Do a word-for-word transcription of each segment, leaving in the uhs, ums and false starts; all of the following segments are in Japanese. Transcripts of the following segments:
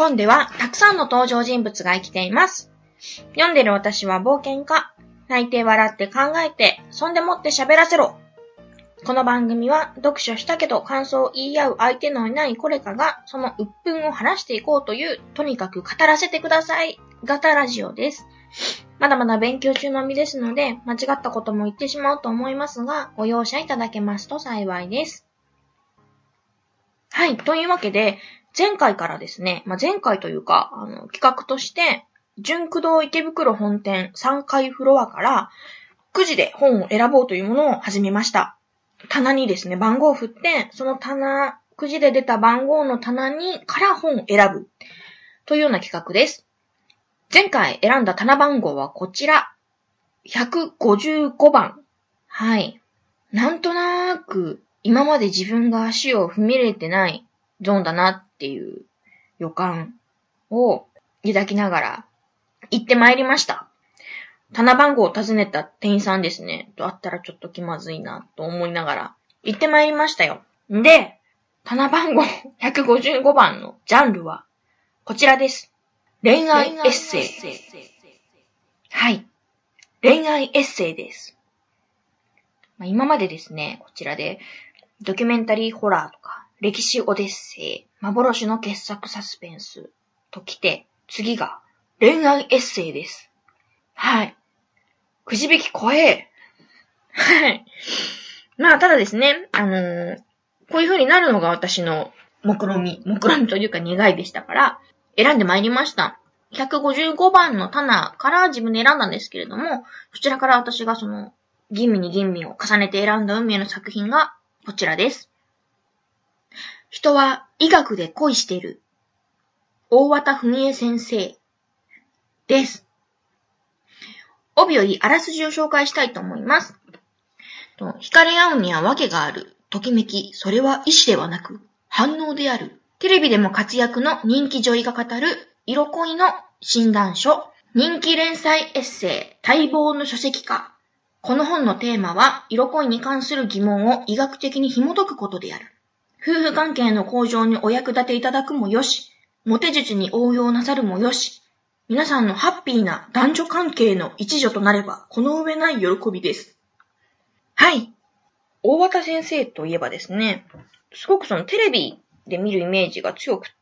本ではたくさんの登場人物が生きています。読んでる私は冒険家。泣いて笑って考えて、そんでもって喋らせろ。この番組は読書したけど感想を言い合う相手のいないこれかがその鬱憤を晴らしていこうという、とにかく語らせてください型ラジオです。まだまだ勉強中の身ですので、間違ったことも言ってしまうと思いますが、ご容赦いただけますと幸いです。はい、というわけで、前回からですね、まあ、前回というか、あの、企画として、純駆動池袋本店さんかいフロアからくじで本を選ぼうというものを始めました。棚にですね、番号を振って、その棚、くじで出た番号の棚にから本を選ぶというような企画です。前回選んだ棚番号はこちら、ひゃくごじゅうごばん。はい。なんとなく、今まで自分が足を踏み入れてないゾーンだなっていう予感を抱きながら行ってまいりました。棚番号を尋ねた店員さんですね。とあったらちょっと気まずいなと思いながら行ってまいりましたよ。で、棚番号ひゃくごじゅうごばんのジャンルはこちらです。恋愛エッセイ。はい。恋愛エッセイです。まあ、今までですね、こちらでドキュメンタリーホラーとか歴史オデッセイ、幻の傑作サスペンスときて、次が恋愛エッセイです。はい。くじ引き怖え。はい。まあ、ただですね、あのー、こういう風になるのが私の目論み、目論みというか願いでしたから、選んでまいりました。ひゃくごじゅうごばんの棚から自分で選んだんですけれども、そちらから私がその、吟味に吟味を重ねて選んだ運命の作品がこちらです。人は医学で恋している。大綿文江先生です。帯よりあらすじを紹介したいと思います。惹かれ合うには訳がある。ときめき、それは意志ではなく反応である。テレビでも活躍の人気女医が語る色恋の診断書。人気連載エッセイ、待望の書籍化。この本のテーマは色恋に関する疑問を医学的に紐解くことである。夫婦関係の向上にお役立ていただくもよし、モテ術に応用なさるもよし、皆さんのハッピーな男女関係の一助となればこの上ない喜びです。はい。大綿先生といえばですね、すごくそのテレビで見るイメージが強くって、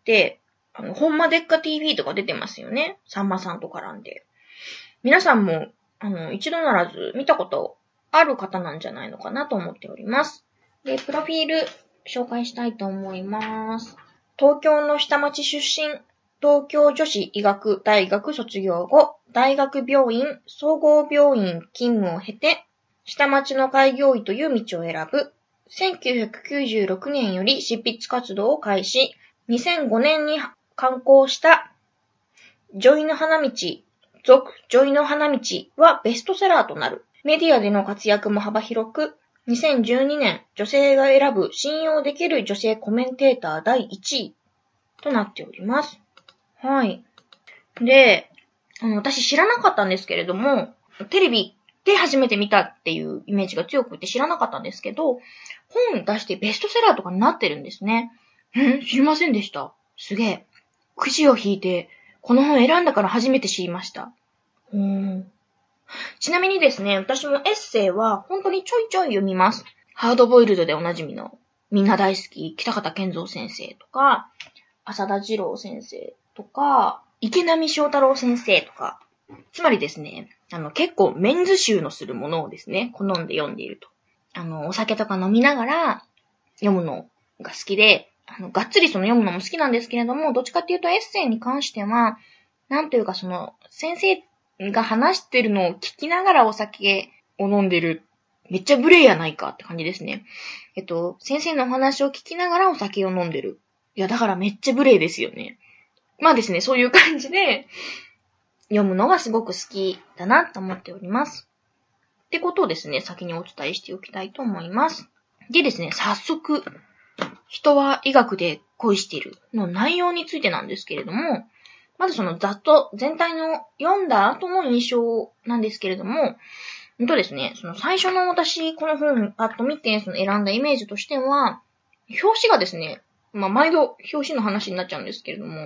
あの、ほんまでっか ティーブイ とか出てますよね。さんまさんと絡んで。皆さんも、あの、一度ならず見たことある方なんじゃないのかなと思っております。で、プロフィール紹介したいと思います。東京の下町出身、東京女子医学大学卒業後、大学病院、総合病院勤務を経て、下町の開業医という道を選ぶ。せんきゅうひゃくきゅうじゅうろくねんより執筆活動を開始。にせんごねんに刊行した女医の花道、続女医の花道はベストセラーとなる。メディアでの活躍も幅広く、にせんじゅうにねん女性が選ぶ信用できる女性コメンテーターだいいちいとなっております。はい。で、あの私知らなかったんですけれども、テレビで初めて見たっていうイメージが強くて知らなかったんですけど、本出してベストセラーとかになってるんですね。ん知りませんでした。すげえ。くじを引いて、この本選んだから初めて知りました。うーん。ちなみにですね、私もエッセイは本当にちょいちょい読みます。ハードボイルドでおなじみのみんな大好き北方健三先生とか、浅田次郎先生とか、池波正太郎先生とか、つまりですね、あの結構メンズ臭のするものをですね、好んで読んでいると。あの、お酒とか飲みながら読むのが好きで、あの、がっつりその読むのも好きなんですけれども、どっちかっていうとエッセイに関しては、なんというかその、先生が話してるのを聞きながらお酒を飲んでる。めっちゃ無礼やないかって感じですね。えっと、先生のお話を聞きながらお酒を飲んでる。いや、だからめっちゃ無礼ですよね。まあですね、そういう感じで、読むのがすごく好きだなと思っております。ってことをですね、先にお伝えしておきたいと思います。でですね、早速、人は医学で恋しているの内容についてなんですけれども、まずそのざっと全体の読んだ後の印象なんですけれども、ほんとですね、その最初の私、この本パッと見てその選んだイメージとしては、表紙がですね、まあ毎度表紙の話になっちゃうんですけれども、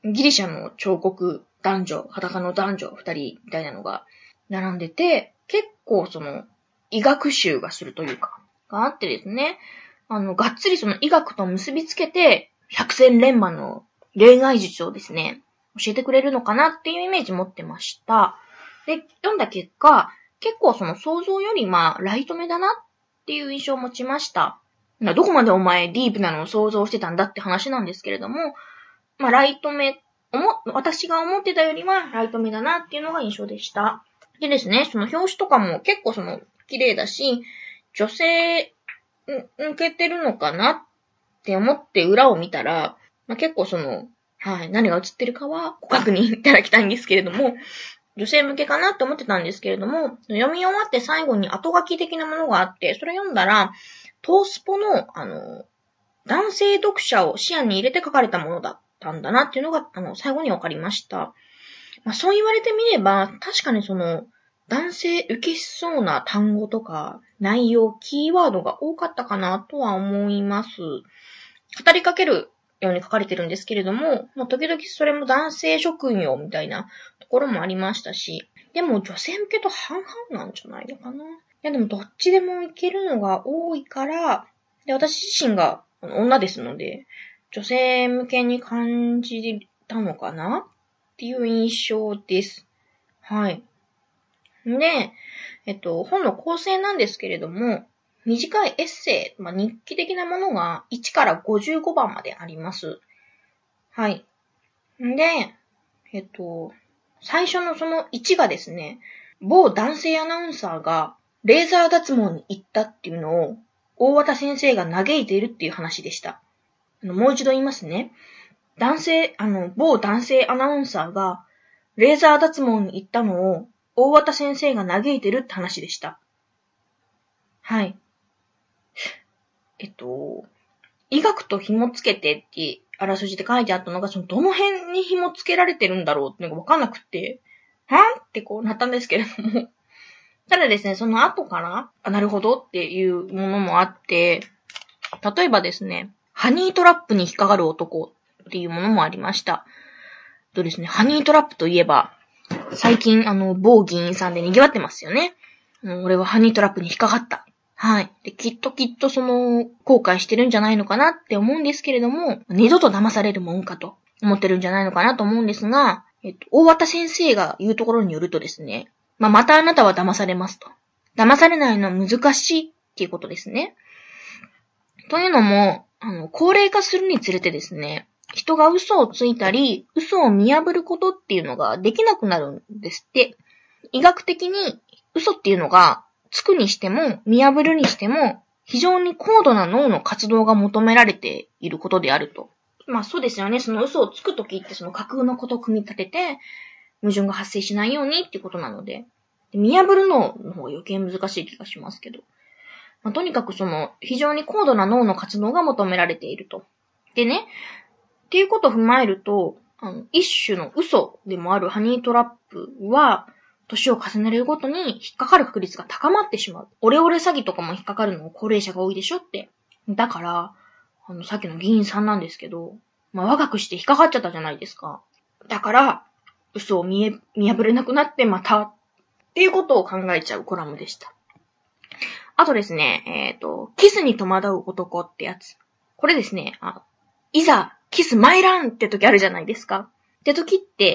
ギリシャの彫刻男女、裸の男女二人みたいなのが並んでて、結構その医学習がするというか、があってですね、あの、がっつりその医学と結びつけて、百戦錬磨の恋愛術をですね、教えてくれるのかなっていうイメージ持ってました。で、読んだ結果、結構その想像よりまあ、ライト目だなっていう印象を持ちました。どこまでお前ディープなのを想像してたんだって話なんですけれども、まあ、ライト目、私が思ってたよりはライト目だなっていうのが印象でした。でですね、その表紙とかも結構その綺麗だし、女性向けてるのかなって思って裏を見たら、まあ、結構その、はい、何が映ってるかはご確認いただきたいんですけれども、女性向けかなって思ってたんですけれども、読み終わって最後に後書き的なものがあって、それ読んだら、トースポの、あの、男性読者を視野に入れて書かれたものだったんだなっていうのが、あの、最後に分かりました。まあ、そう言われてみれば、確かにその、男性受けしそうな単語とか、内容、キーワードが多かったかなとは思います。語りかけるように書かれてるんですけれども、まあ、時々それも男性職業みたいなところもありましたし、でも女性向けと半々なんじゃないのかな。いやでもどっちでもいけるのが多いから、で私自身が女ですので、女性向けに感じたのかなっていう印象です。はい。で、えっと、本の構成なんですけれども、短いエッセイ、まあ、日記的なものがいちからごじゅうごばんまであります。はい。で、えっと、最初のそのいちがですね、某男性アナウンサーがレーザー脱毛に行ったっていうのを大和田先生が嘆いているっていう話でした。あのもう一度言いますね。男性、あの、某男性アナウンサーがレーザー脱毛に行ったのを大和田先生が嘆いてるって話でした。はい。えっと、医学と紐つけてってあらすじで書いてあったのが、そのどの辺に紐つけられてるんだろうってのがわかんなくって、はぁってこうなったんですけれども。ただですね、その後から、あ、なるほどっていうものもあって、例えばですね、ハニートラップに引っかかる男っていうものもありました。とですね、ハニートラップといえば、最近あの、某議員さんで賑わってますよね。俺はハニートラップに引っかかった。はい。で、きっときっとその、後悔してるんじゃないのかなって思うんですけれども、二度と騙されるもんかと思ってるんじゃないのかなと思うんですが、えっと、大和田先生が言うところによるとですね、まあ、またあなたは騙されますと。騙されないのは難しいっていうことですね。というのも、あの、高齢化するにつれてですね、人が嘘をついたり、嘘を見破ることっていうのができなくなるんですって。医学的に嘘っていうのがつくにしても、見破るにしても、非常に高度な脳の活動が求められていることであると。まあそうですよね。その嘘をつくときってその架空のことを組み立てて、矛盾が発生しないようにっていうことなので。で見破るのの方が余計難しい気がしますけど。まあ、とにかくその、非常に高度な脳の活動が求められていると。でね、っていうことを踏まえると、あの、一種の嘘でもあるハニートラップは、年を重ねるごとに引っかかる確率が高まってしまう。オレオレ詐欺とかも引っかかるの高齢者が多いでしょって。だから、あの、さっきの議員さんなんですけど、まあ、若くして引っかかっちゃったじゃないですか。だから、嘘を見え、見破れなくなってまた、っていうことを考えちゃうコラムでした。あとですね、えっと、キスに戸惑う男ってやつ。これですね、あいざ、キスマイランって時あるじゃないですか。って時って、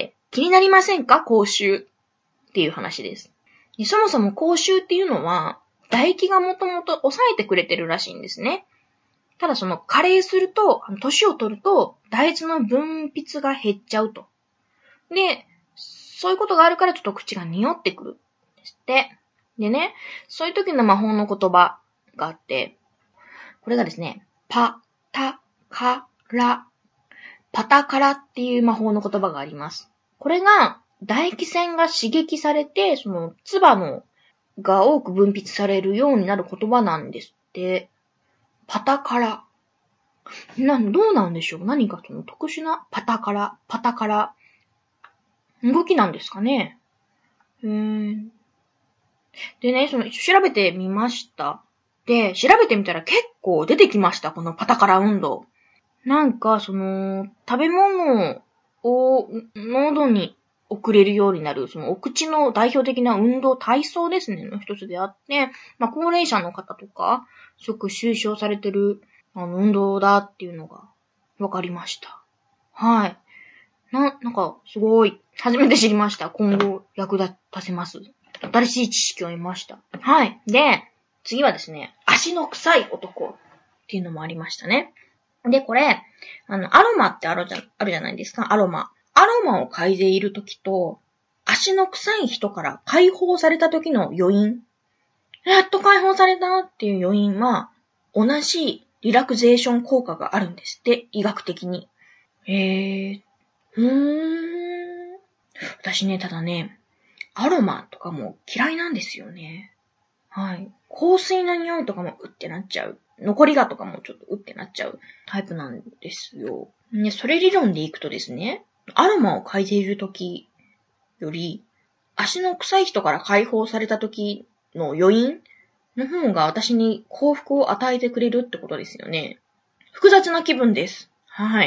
気になりませんか口臭っていう話です。でそもそも口臭っていうのは、唾液がもともと抑えてくれてるらしいんですね。ただその加齢すると、年を取ると、大豆の分泌が減っちゃうと。で、そういうことがあるからちょっと口が匂ってくるんですって。でね、そういう時の魔法の言葉があって、これがですね、パ、タ、カ、ラ、パタカラっていう魔法の言葉があります。これが、唾液腺が刺激されて、その、唾のが多く分泌されるようになる言葉なんですって。パタカラ。な、どうなんでしょう？何かその特殊なパタカラ、パタカラ。動きなんですかね？うーん。でね、その、調べてみました。で、調べてみたら結構出てきました、このパタカラ運動。なんか、その、食べ物を喉に送れるようになる、そのお口の代表的な運動、体操ですね、の一つであって、まあ、高齢者の方とか、すごく推奨されてる、あの、運動だっていうのが分かりました。はい。な、なんか、すごい、初めて知りました。今後、役立たせます。新しい知識を得ました。はい。で、次はですね、足の臭い男っていうのもありましたね。で、これ、あの、アロマってあるじゃ、あるじゃないですか、アロマ。アロマを嗅いでいるときと、足の臭い人から解放されたときの余韻。やっと解放されたっていう余韻は、同じリラクゼーション効果があるんですって、医学的に。へー。うーん。私ね、ただね、アロマとかも嫌いなんですよね。はい。香水の匂いとかもうってなっちゃう。残りがとかもちょっとうってなっちゃうタイプなんですよ。ね、それ理論でいくとですね、アロマを嗅いでいるときより、足の臭い人から解放されたときの余韻の方が私に幸福を与えてくれるってことですよね。複雑な気分です。はい。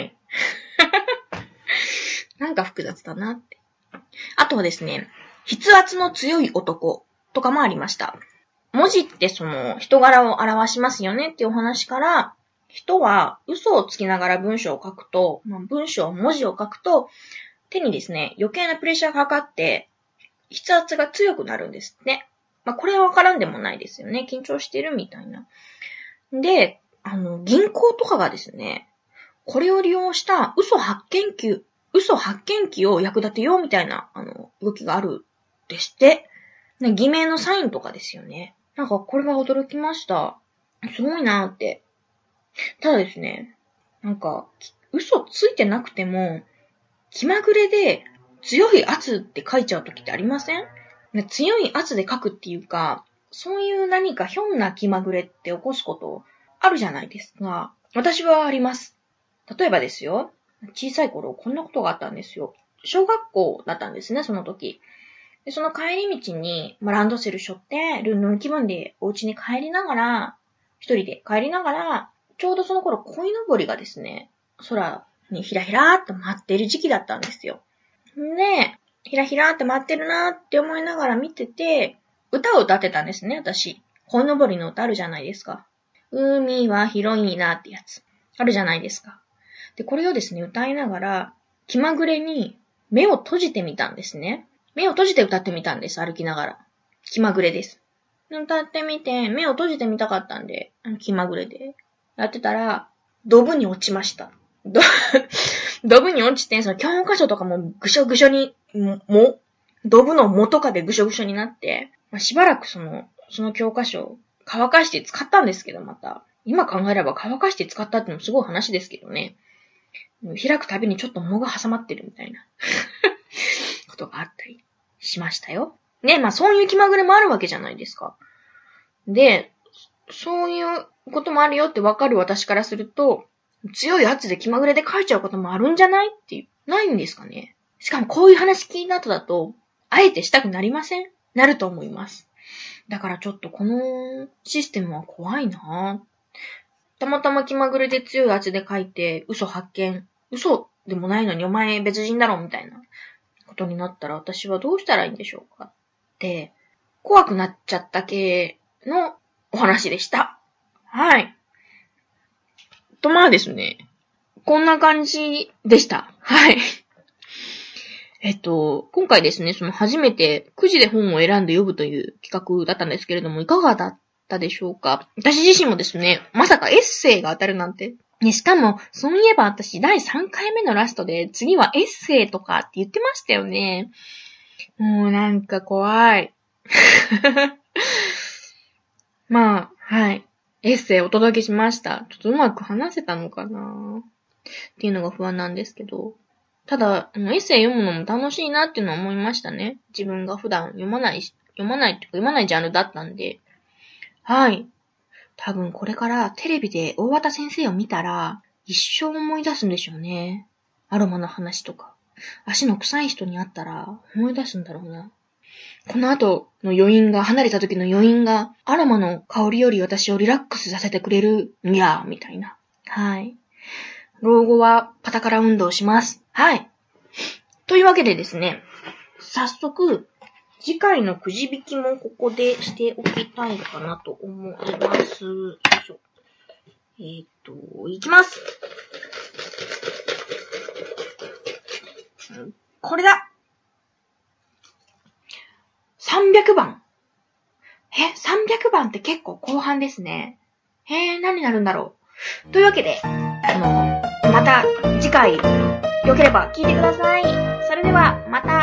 なんか複雑だなって。あとはですね、筆圧の強い男とかもありました。文字ってその人柄を表しますよねっていうお話から、人は嘘をつきながら文章を書くと、まあ、文章、文字を書くと、手にですね、余計なプレッシャーがかかって、筆圧が強くなるんですって。まあ、これはわからんでもないですよね。緊張してるみたいな。で、あの、銀行とかがですね、これを利用した嘘発見器、嘘発見器を役立てようみたいな、あの、動きがあるですって。ね、偽名のサインとかですよね。なんかこれが驚きました。すごいなーって。ただですね、なんか、嘘ついてなくても、気まぐれで強い圧って書いちゃうときってありません？強い圧で書くっていうか、そういう何かひょんな気まぐれって起こすことあるじゃないですか。私はあります。例えばですよ、小さい頃こんなことがあったんですよ。小学校だったんですね、その時。でその帰り道に、まあ、ランドセル背負って、ルンルン気分でお家に帰りながら、一人で帰りながら、ちょうどその頃鯉のぼりがですね、空にひらひらーっと舞っている時期だったんですよ。で、ひらひらーって舞ってるなーって思いながら見てて、歌を歌ってたんですね、私。鯉のぼりの歌あるじゃないですか。海は広いなってやつ。あるじゃないですか。で、これをですね、歌いながら、気まぐれに目を閉じてみたんですね。目を閉じて歌ってみたんです、歩きながら。気まぐれです。歌ってみて、目を閉じてみたかったんで、気まぐれで。やってたら、ドブに落ちました。ド、ドブに落ちて、その教科書とかもぐしょぐしょに、も、ドブの元かでぐしょぐしょになって、まあ、しばらくその、その教科書を乾かして使ったんですけど、また。今考えれば乾かして使ったってのもすごい話ですけどね。開くたびにちょっと藻が挟まってるみたいなことがあったりしましたよ。ね、まあそういう気まぐれもあるわけじゃないですか。で、そういうこともあるよってわかる私からすると、強い圧で気まぐれで書いちゃうこともあるんじゃないっていう、ないんですかね。しかもこういう話聞いた後だと、あえてしたくなりません？なると思います。だからちょっとこのシステムは怖いなぁ。たまたま気まぐれで強い圧で書いて、嘘発見。嘘でもないのにお前別人だろみたいなことになったら私はどうしたらいいんでしょうかって、怖くなっちゃった系のお話でした。はい。とまあですね、こんな感じでした。はい。えっと、今回ですね、その初めてくじで本を選んで読むという企画だったんですけれども、いかがだったでしょうか？私自身もですね、まさかエッセイが当たるなんて。ね、しかも、そういえば私だいさんかいめのラストで、次はエッセイとかって言ってましたよね。もうなんか怖い。まあ、はい。エッセイお届けしました。ちょっとうまく話せたのかなっていうのが不安なんですけど。ただ、エッセイ読むのも楽しいなっていうのは思いましたね。自分が普段読まない、読まないっていうか読まないジャンルだったんで。はい。多分これからテレビで大和田先生を見たら、一生思い出すんでしょうね。アロマの話とか。足の臭い人に会ったら思い出すんだろうな。この後の余韻が、離れた時の余韻が、アロマの香りより私をリラックスさせてくれるんや、みたいな。はい。老後はパタカラ運動します。はい。 というわけでですね、早速、次回のくじ引きもここでしておきたいかなと思います。よいしょ。えーっと、いきます。これだ !さんびゃくばん。え、さんびゃくばんって結構後半ですね。へー、何になるんだろう。というわけで、あの、また次回、よければ聞いてください。それでは、また